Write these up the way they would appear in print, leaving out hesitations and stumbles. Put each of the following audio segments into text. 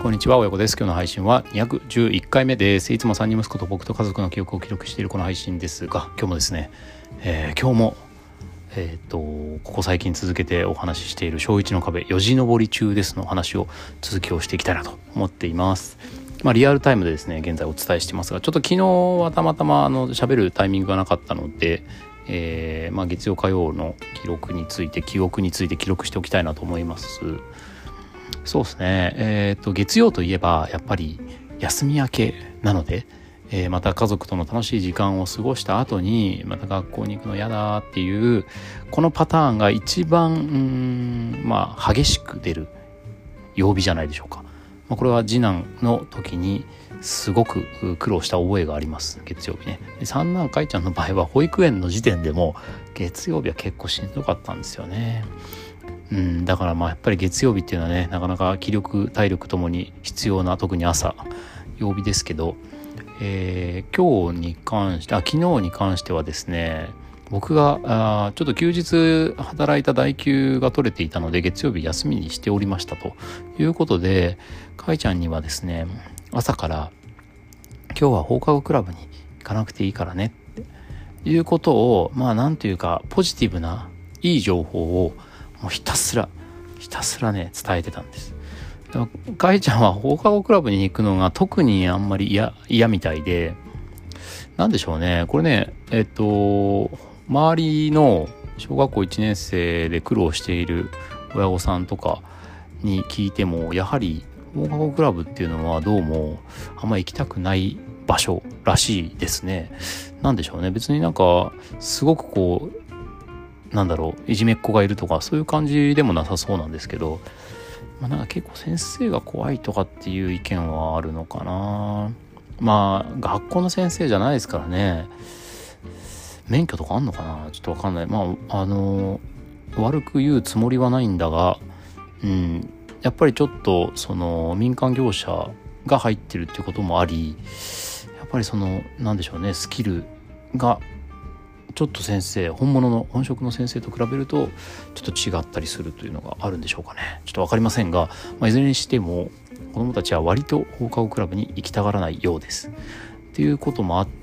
こんにちは、親子です。今日の配信は211回目です。いつも3人息子と僕と家族の記憶を記録しているこの配信ですが、今日もですね、今日も、ここ最近続けてお話ししている小1の壁よじ登り中ですの話を続きをしていきたいなと思っています。リアルタイムでですね現在お伝えしてますが、ちょっと昨日はたまたま喋るタイミングがなかったので、月曜火曜の記憶について記録しておきたいなと思います。そうですね、月曜といえばやっぱり休み明けなので、また家族との楽しい時間を過ごした後にまた学校に行くの嫌だっていうこのパターンが一番激しく出る曜日じゃないでしょうか。これは次男の時にすごく苦労した覚えがあります。月曜日ね。三男かいちゃんの場合は保育園の時点でも月曜日は結構しんどかったんですよね。だからやっぱり月曜日っていうのはね、なかなか気力体力ともに必要な、特に朝曜日ですけど、昨日に関してはですね、僕がちょっと休日働いた代休が取れていたので月曜日休みにしておりましたということで、かいちゃんにはですね、朝から今日は放課後クラブに行かなくていいからねっていうことを、なんていうかポジティブないい情報をもうひたすらね伝えてたんです。かいちゃんは放課後クラブに行くのが特にあんまり嫌みたいで、なんでしょうね、これね、周りの小学校1年生で苦労している親御さんとかに聞いても、やはり放課後クラブっていうのはどうもあんまり行きたくない場所らしいですね。なんでしょうね、別にすごくいじめっ子がいるとかそういう感じでもなさそうなんですけど、結構先生が怖いとかっていう意見はあるのかな。学校の先生じゃないですからね。免許とかあんのかな、ちょっとわかんない。悪く言うつもりはないんだが、やっぱりちょっと民間業者が入ってるっていうこともあり、やっぱりなんでしょうね、スキルがちょっと本職の先生と比べるとちょっと違ったりするというのがあるんでしょうかね。ちょっと分かりませんが、いずれにしても子どもたちは割と放課後クラブに行きたがらないようですっていうこともあって、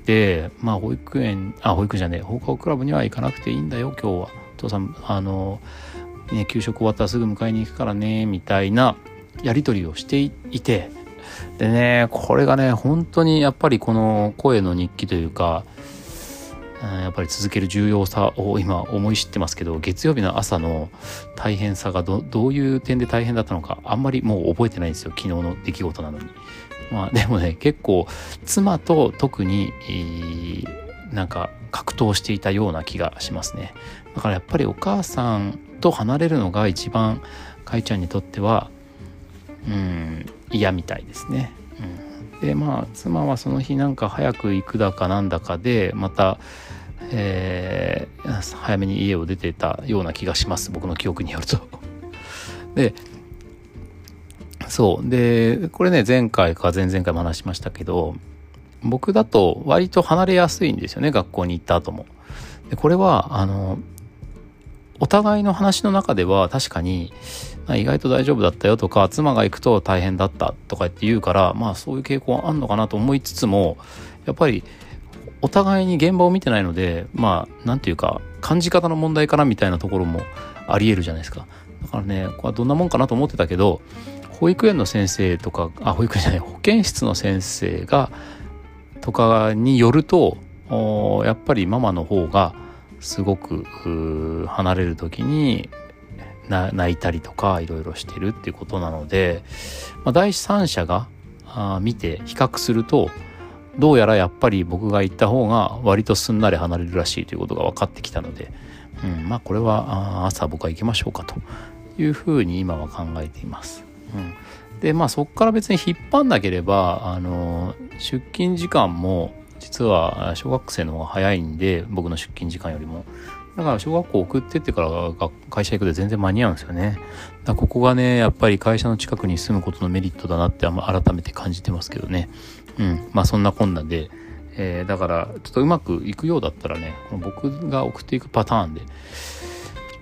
放課後クラブには行かなくていいんだよ、今日はお父さん給食終わったらすぐ迎えに行くからねみたいなやり取りをしていて、でね、これがね本当にやっぱりこの声の日記というか、やっぱり続ける重要さを今思い知ってますけど、月曜日の朝の大変さが どういう点で大変だったのかあんまりもう覚えてないんですよ、昨日の出来事なのに。でもね、結構妻と特に格闘していたような気がしますね。だからやっぱりお母さんと離れるのが一番かいちゃんにとっては嫌みたいですね。で妻はその日早く行くだかなんだかでまた、早めに家を出てたような気がします、僕の記憶によると。でこれね、前回か前々回も話しましたけど、僕だと割と離れやすいんですよね、学校に行った後も。でこれはお互いの話の中では確かに意外と大丈夫だったよとか、妻が行くと大変だったとかって言うから、そういう傾向はあんのかなと思いつつも、やっぱりお互いに現場を見てないので、なんていうか感じ方の問題かなみたいなところもあり得るじゃないですか。だからね、これはどんなもんかなと思ってたけど、保育園の先生とか保健室の先生とかによると、やっぱりママの方がすごく離れる時に泣いたりとかいろいろしてるっていうことなので、第三者が見て比較すると、どうやらやっぱり僕が行った方が割とすんなり離れるらしいということが分かってきたので、これは朝僕は行きましょうかというふうに今は考えています。でそこから別に引っ張んなければ出勤時間も実は小学生の方が早いんで、僕の出勤時間よりも。だから小学校送ってってから会社行くで全然間に合うんですよね。だからここがね、やっぱり会社の近くに住むことのメリットだなって改めて感じてますけどね。そんなこんなで、だからちょっとうまくいくようだったらね、僕が送っていくパターンで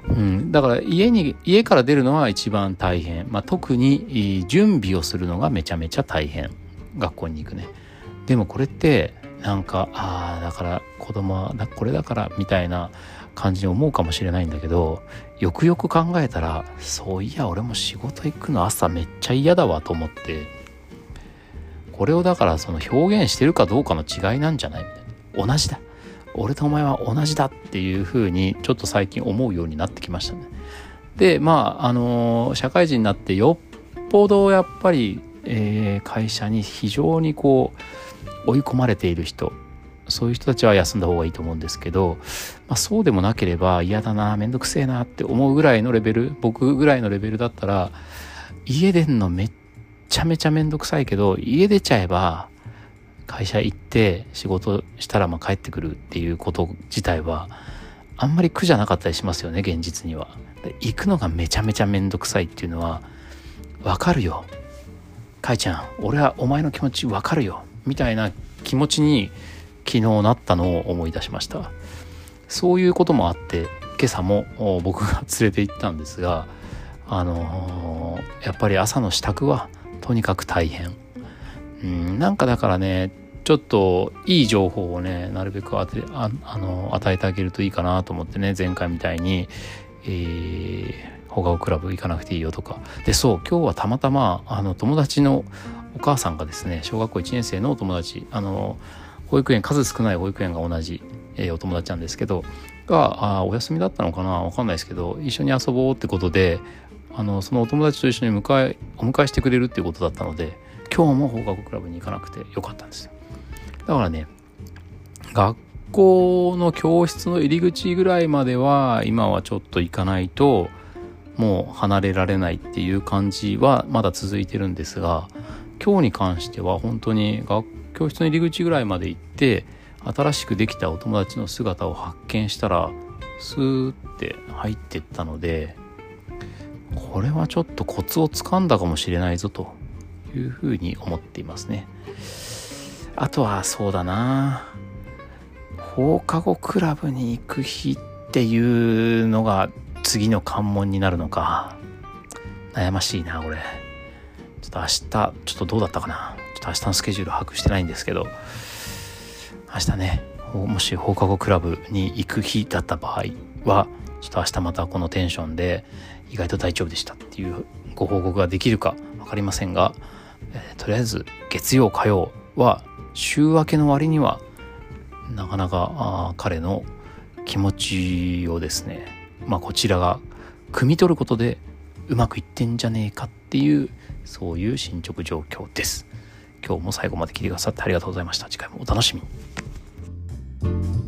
だから家から出るのは一番大変、特に準備をするのがめちゃめちゃ大変。学校に行くね。でもこれってなんかだから子供はこれだからみたいな感じに思うかもしれないんだけど、よくよく考えたらそういや俺も仕事行くの朝めっちゃ嫌だわと思って、これをだからその表現してるかどうかの違いなんじゃないみたいな、同じだ、俺とお前は同じだっていう風にちょっと最近思うようになってきましたね。で社会人になってよっぽどやっぱり、会社に非常にこう追い込まれている人、そういう人たちは休んだ方がいいと思うんですけど、そうでもなければ嫌だな、めんどくせえなって思うぐらいのレベル、僕ぐらいのレベルだったら、家出んのめっちゃめちゃめんどくさいけど家出ちゃえば会社行って仕事したら帰ってくるっていうこと自体はあんまり苦じゃなかったりしますよね、現実には。行くのがめちゃめちゃめんどくさいっていうのはわかるよ、かいちゃん俺はお前の気持ちわかるよみたいな気持ちに昨日なったのを思い出しました。そういうこともあって今朝も僕が連れて行ったんですが、やっぱり朝の支度はとにかく大変。なんかだからね、ちょっといい情報をねなるべく与えてあげるといいかなと思ってね、前回みたいに、放課後クラブ行かなくていいよとかで、そう今日はたまたま友達のお母さんがですね、小学校1年生のお友達、保育園、数少ない保育園が同じ、お友達なんですけどがお休みだったのかな、わかんないですけど、一緒に遊ぼうってことでそのお友達と一緒にお迎えしてくれるっていうことだったので、今日も放課後クラブに行かなくてよかったんですよ。だからね、学校の教室の入り口ぐらいまでは今はちょっと行かないともう離れられないっていう感じはまだ続いてるんですが、今日に関しては本当に教室の入り口ぐらいまで行って新しくできたお友達の姿を発見したらスーって入ってったので、これはちょっとコツをつかんだかもしれないぞというふうに思っていますね。あとはそうだな、放課後クラブに行く日っていうのが次の関門になるのか、悩ましいなこれ。ちょっと明日ちょっとどうだったかな、ちょっと明日のスケジュール把握してないんですけど、明日ねもし放課後クラブに行く日だった場合はちょっと明日またこのテンションで意外と大丈夫でしたっていうご報告ができるか分かりませんが、とりあえず月曜火曜は週明けの割にはなかなか彼の気持ちをですね、こちらが汲み取ることでうまくいってんじゃねえかっていう、そういう進捗状況です。今日も最後まで聞いてくださってありがとうございました。次回もお楽しみに。